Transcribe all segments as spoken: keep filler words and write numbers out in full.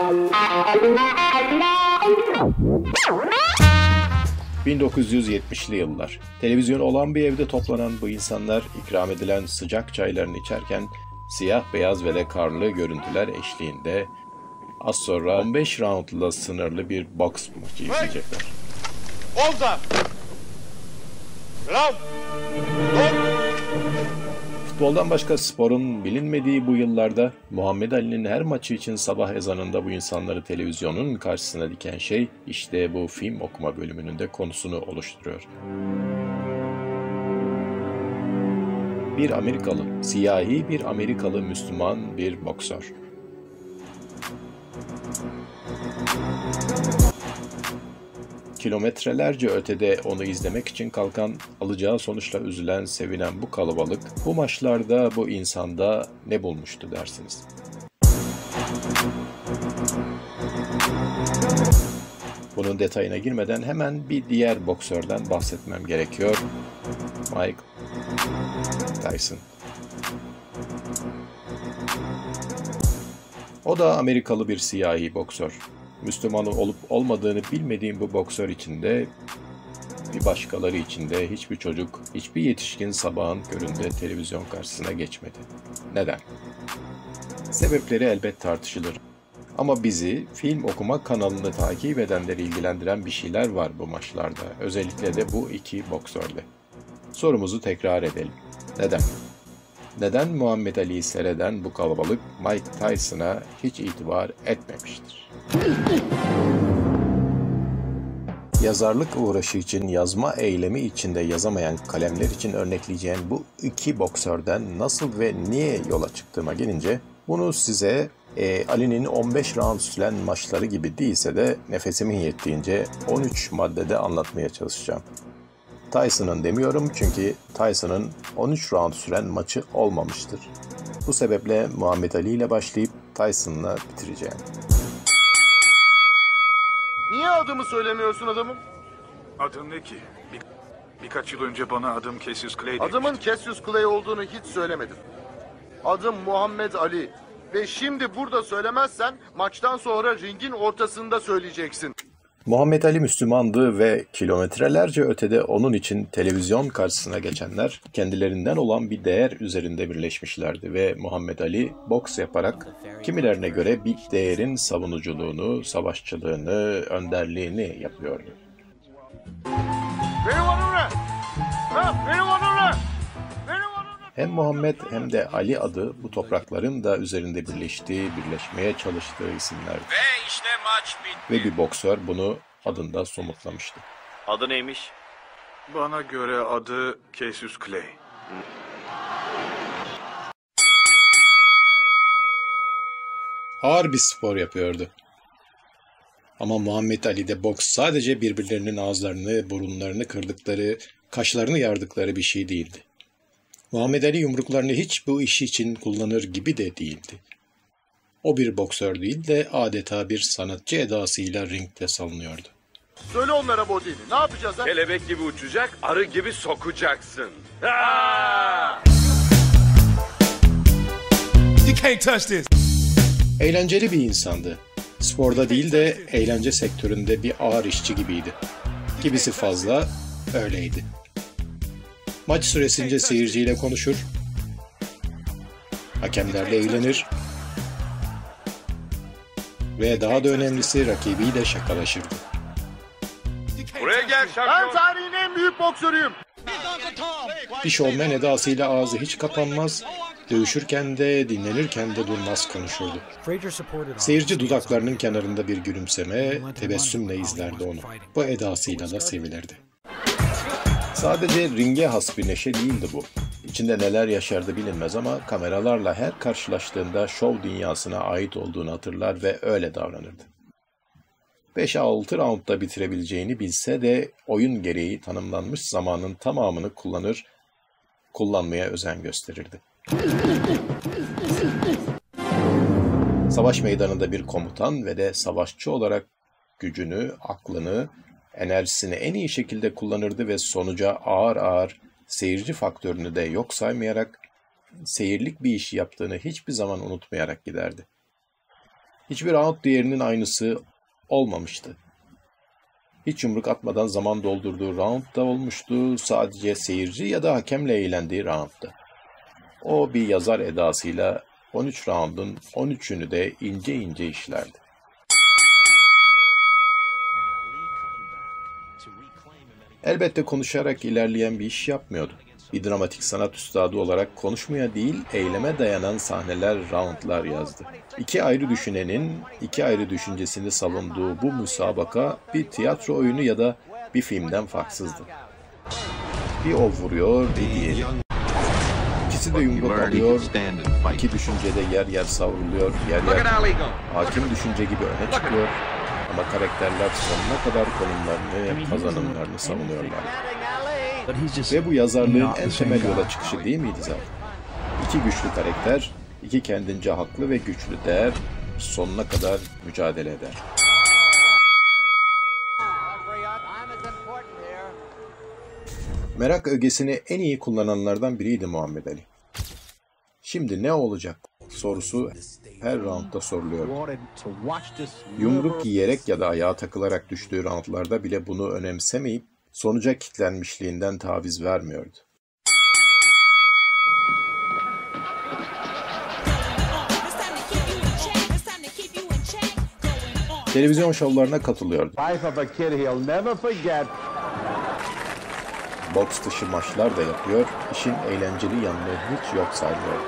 bin dokuz yüz yetmişli yıllar. Televizyon olan bir evde toplanan bu insanlar ikram edilen sıcak çaylarını içerken siyah beyaz ve de karlı görüntüler eşliğinde az sonra on beş roundla sınırlı bir boks maçı izleyecekler. Futboldan başka sporun bilinmediği bu yıllarda Muhammed Ali'nin her maçı için sabah ezanında bu insanları televizyonun karşısına diken şey işte bu film okuma bölümünün de konusunu oluşturuyor. Bir Amerikalı, siyahi bir Amerikalı Müslüman bir boksör. Kilometrelerce ötede onu izlemek için kalkan, alacağı sonuçla üzülen, sevinen bu kalabalık, bu maçlarda, bu insanda ne bulmuştu dersiniz? Bunun detayına girmeden hemen bir diğer boksörden bahsetmem gerekiyor. Mike Tyson. O da Amerikalı bir siyahi boksör. Müslüman olup olmadığını bilmediğim bu boksör içinde, bir başkaları içinde hiçbir çocuk, hiçbir yetişkin sabahın köründe televizyon karşısına geçmedi. Neden? Sebepleri elbet tartışılır. Ama bizi, film okuma kanalını takip edenleri ilgilendiren bir şeyler var bu maçlarda. Özellikle de bu iki boksörde. Sorumuzu tekrar edelim. Neden? Neden Muhammed Ali'yi seyreden bu kalabalık Mike Tyson'a hiç itibar etmemiştir? Yazarlık uğraşı için, yazma eylemi içinde yazamayan kalemler için örnekleyeceğim bu iki boksörden nasıl ve niye yola çıktığıma gelince, bunu size e, Ali'nin on beş round süren maçları gibi değilse de nefesimin yettiğince on üç maddede anlatmaya çalışacağım. Tyson'ın demiyorum çünkü Tyson'ın on üç round süren maçı olmamıştır. Bu sebeple Muhammed Ali ile başlayıp Tyson'la bitireceğim. Niye adımı söylemiyorsun adamım? Adın ne ki? Bir, birkaç yıl önce bana adım Cassius Clay demiştin. Adımın Cassius Clay olduğunu hiç söylemedim. Adım Muhammed Ali. Ve şimdi burada söylemezsen maçtan sonra ringin ortasında söyleyeceksin. Muhammed Ali Müslümandı ve kilometrelerce ötede onun için televizyon karşısına geçenler kendilerinden olan bir değer üzerinde birleşmişlerdi ve Muhammed Ali boks yaparak kimilerine göre bir değerin savunuculuğunu, savaşçılığını, önderliğini yapıyordu. Benim adım ne? Ha, benim adım ne? Hem Muhammed hem de Ali adı bu toprakların da üzerinde birleştiği, birleşmeye çalıştığı isimlerdi. Ve işte maç bitti. Ve bir boksör bunu adında somutlamıştı. Adı neymiş? Bana göre adı Cassius Clay. Ağır bir spor yapıyordu. Ama Muhammed Ali'de boks sadece birbirlerinin ağızlarını, burunlarını kırdıkları, kaşlarını yardıkları bir şey değildi. Muhammed Ali yumruklarını hiç bu iş için kullanır gibi de değildi. O bir boksör değil de adeta bir sanatçı edasıyla ringde savunuyordu. Söyle onlara Bodini, ne yapacağız ha? Kelebek gibi uçacak, arı gibi sokacaksın. You can't touch this. Eğlenceli bir insandı. Sporda değil de eğlence sektöründe bir ağır işçi gibiydi. Gibisi fazla öyleydi. Maç süresince seyirciyle konuşur, hakemlerle eğlenir ve daha da önemlisi rakibiyle şakalaşırdı. Buraya gel Ben şampiyon. tarihin en büyük boksörüyüm. Bir şovmen edasıyla ağzı hiç kapanmaz, dövüşürken de dinlenirken de durmaz konuşurdu. Seyirci dudaklarının kenarında bir gülümseme, tebessümle izlerdi onu. Bu edasıyla da sevilirdi. Sadece ringe has bir neşe değildi bu. İçinde neler yaşardı bilinmez ama kameralarla her karşılaştığında şov dünyasına ait olduğunu hatırlar ve öyle davranırdı. beş altı roundda bitirebileceğini bilse de oyun gereği tanımlanmış zamanın tamamını kullanır, kullanmaya özen gösterirdi. Savaş meydanında bir komutan ve de savaşçı olarak gücünü, aklını, enerjisini en iyi şekilde kullanırdı ve sonuca ağır ağır seyirci faktörünü de yok saymayarak, seyirlik bir iş yaptığını hiçbir zaman unutmayarak giderdi. Hiçbir round diğerinin aynısı olmamıştı. Hiç yumruk atmadan zaman doldurduğu round da olmuştu. Sadece seyirci ya da hakemle eğlendiği round'da. O bir yazar edasıyla on üç round'un on üçünü de ince ince işlerdi. Elbette konuşarak ilerleyen bir iş yapmıyordu. Bir dramatik sanat üstadı olarak konuşmaya değil, eyleme dayanan sahneler, roundlar yazdı. İki ayrı düşünenin, iki ayrı düşüncesini savunduğu bu müsabaka bir tiyatro oyunu ya da bir filmden farksızdı. Bir o vuruyor, bir diğeri. İkisi de yumruk alıyor, iki düşünce de yer yer savruluyor, yer yer hakim düşünce gibi öne çıkıyor. Ama karakterler sonuna kadar konumlarını, kazanımlarını savunuyorlar. Ve bu yazarlığın en temel yola çıkışı değil miydi zaten? İki güçlü karakter, iki kendince haklı ve güçlü değer sonuna kadar mücadele eder. Merak ögesini en iyi kullananlardan biriydi Muhammed Ali. Şimdi ne olacak sorusu her roundda soruluyordu. Yumruk yiyerek ya da ayağa takılarak düştüğü roundlarda bile bunu önemsemeyip sonuca kitlenmişliğinden taviz vermiyordu. Televizyon şovlarına katılıyordu. Boks dışı maçlar da yapıyor, işin eğlenceli yanını hiç yok saymıyordu.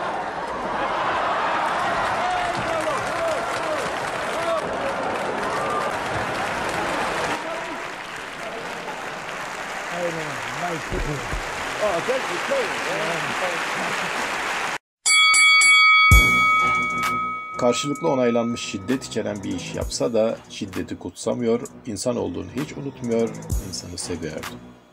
Karşılıklı onaylanmış şiddet içeren bir iş yapsa da şiddeti kutsamıyor, insan olduğunu hiç unutmuyor, insanı seviyordu.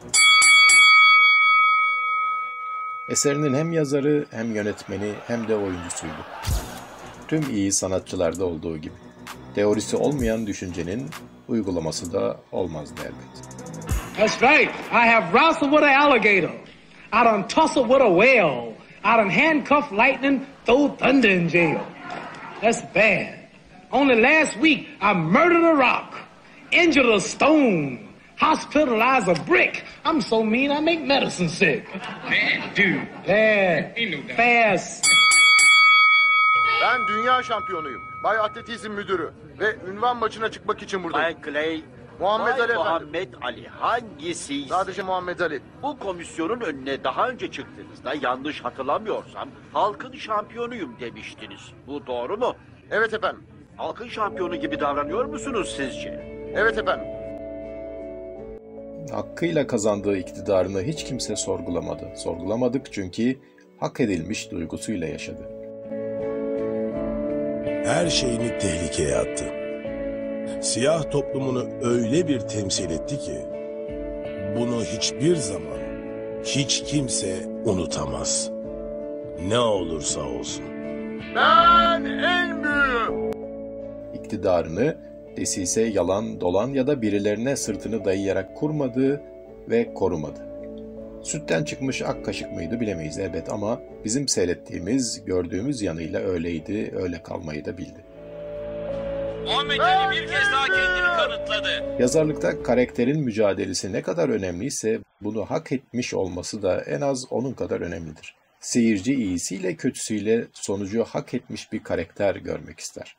Eserinin hem yazarı, hem yönetmeni, hem de oyuncusuydu. Tüm iyi sanatçılarda olduğu gibi. Teorisi olmayan düşüncenin uygulaması da olmazdı elbet. That's right. I have wrestled with an alligator. I done tussled with a whale. I done handcuffed lightning, throw thunder in jail. That's bad. Only last week, I murdered a rock, injured a stone, hospitalized a brick. I'm so mean I make medicine sick. Bad dude. Bad. Fast. Ben dünya şampiyonuyum. Bay Atletizm Müdürü. Ve ünvan maçına çıkmak için buradayım. Bay Clay, Muhammed Bay Ali efendim. Muhammed Ali hangisi? Sadece Muhammed Ali. Bu komisyonun önüne daha önce çıktığınızda yanlış hatırlamıyorsam halkın şampiyonuyum demiştiniz. Bu doğru mu? Evet efendim. Halkın şampiyonu gibi davranıyor musunuz sizce? Evet efendim. Hakkıyla kazandığı iktidarını hiç kimse sorgulamadı. Sorgulamadık çünkü hak edilmiş duygusuyla yaşadı. Her şeyini tehlikeye attı. Siyah toplumunu öyle bir temsil etti ki bunu hiçbir zaman hiç kimse unutamaz. Ne olursa olsun. Ben en büyüğüm. İktidarını desise, yalan, dolan ya da birilerine sırtını dayayarak kurmadı ve korumadı. Sütten çıkmış ak kaşık mıydı bilemeyiz elbet ama bizim seyrettiğimiz, gördüğümüz yanıyla öyleydi, öyle kalmayı da bildi. Muhammed Ali bir kez daha kendini kanıtladı. Yazarlıkta karakterin mücadelesi ne kadar önemliyse bunu hak etmiş olması da en az onun kadar önemlidir. Seyirci iyisiyle kötüsüyle sonucu hak etmiş bir karakter görmek ister.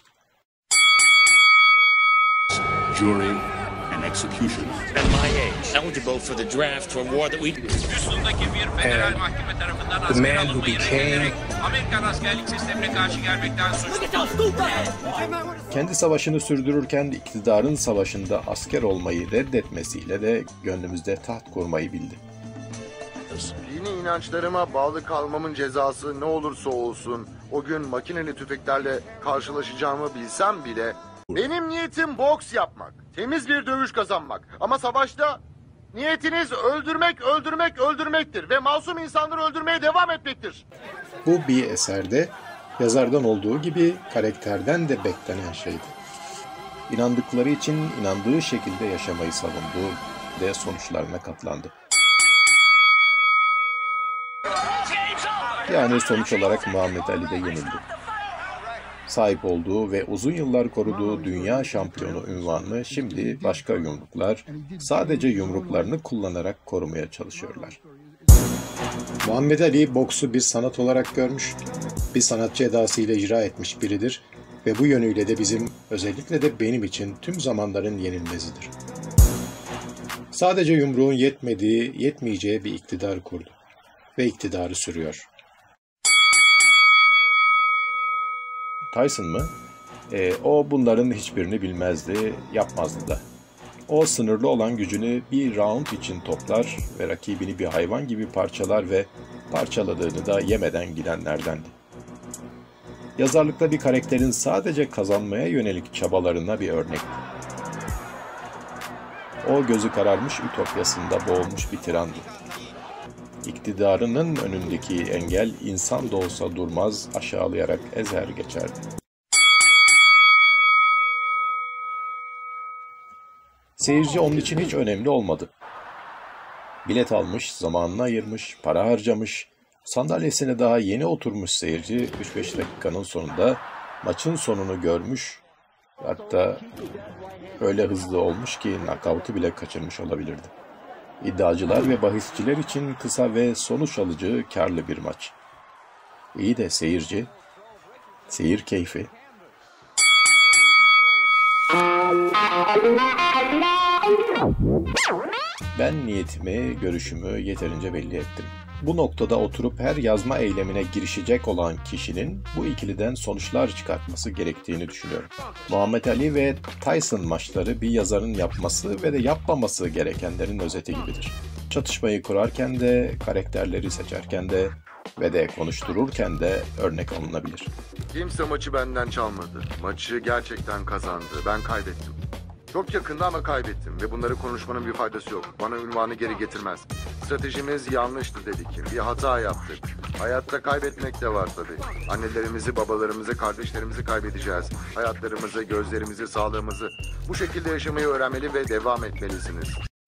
Jury and execution. At my age, eligible for the draft to a war that we... Üstündeki bir federal mahkeme tarafından asker alınmayı reddederek Amerikan askerlik sistemine karşı gelmekten suçlu. Kendi savaşını sürdürürken iktidarın savaşında asker olmayı reddetmesiyle de gönlümüzde taht kurmayı bildi. Dini inançlarıma bağlı kalmamın cezası ne olursa olsun o gün makineli tüfeklerle karşılaşacağımı bilsem bile benim niyetim boks yapmak, temiz bir dövüş kazanmak. Ama savaşta niyetiniz öldürmek, öldürmek, öldürmektir ve masum insanları öldürmeye devam etmektir. Bu bir eserde yazardan olduğu gibi karakterden de beklenen şeydi. İnandıkları için inandığı şekilde yaşamayı savundu ve sonuçlarına katlandı. Yani sonuç olarak Muhammed Ali de yenildi. Sahip olduğu ve uzun yıllar koruduğu dünya şampiyonu unvanını şimdi başka yumruklar sadece yumruklarını kullanarak korumaya çalışıyorlar. Muhammed Ali boksu bir sanat olarak görmüş, bir sanatçı edasıyla icra etmiş biridir ve bu yönüyle de bizim, özellikle de benim için tüm zamanların yenilmezidir. Sadece yumruğun yetmediği, yetmeyeceği bir iktidar kurdu ve iktidarı sürüyor. Tyson mı? E, o bunların hiçbirini bilmezdi, yapmazdı da. O sınırlı olan gücünü bir round için toplar ve rakibini bir hayvan gibi parçalar ve parçaladığını da yemeden gidenlerdendi. Yazarlıkta bir karakterin sadece kazanmaya yönelik çabalarına bir örnekti. O gözü kararmış ütopyasında boğulmuş bir tirandı. İktidarının önündeki engel insan da olsa durmaz, aşağılayarak ezer geçerdi. Seyirci onun için hiç önemli olmadı. Bilet almış, zamanını ayırmış, para harcamış, sandalyesine daha yeni oturmuş seyirci üç beş dakikanın sonunda maçın sonunu görmüş, hatta öyle hızlı olmuş ki nakavtı bile kaçırmış olabilirdi. İddiacılar ve bahisçiler için kısa ve sonuç alıcı, karlı bir maç. İyi de seyirci, seyir keyfi. Ben niyetimi, görüşümü yeterince belli ettim. Bu noktada oturup her yazma eylemine girişecek olan kişinin bu ikiliden sonuçlar çıkartması gerektiğini düşünüyorum. Muhammed Ali ve Tyson maçları bir yazarın yapması ve de yapmaması gerekenlerin özeti gibidir. Çatışmayı kurarken de, karakterleri seçerken de ve de konuştururken de örnek alınabilir. Kimse maçı benden çalmadı. Maçı gerçekten kazandı. Ben kaybettim. Çok yakında ama kaybettim ve bunları konuşmanın bir faydası yok. Bana unvanı geri getirmez. Stratejimiz yanlıştı dedik. Bir hata yaptık. Hayatta kaybetmek de var tabii. Annelerimizi, babalarımızı, kardeşlerimizi kaybedeceğiz. Hayatlarımızı, gözlerimizi, sağlığımızı. Bu şekilde yaşamayı öğrenmeli ve devam etmelisiniz.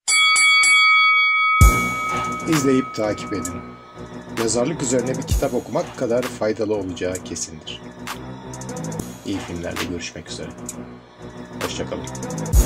İzleyip takip edin. Yazarlık üzerine bir kitap okumak kadar faydalı olacağı kesindir. İyi filmlerle görüşmek üzere. Hoşça kalın.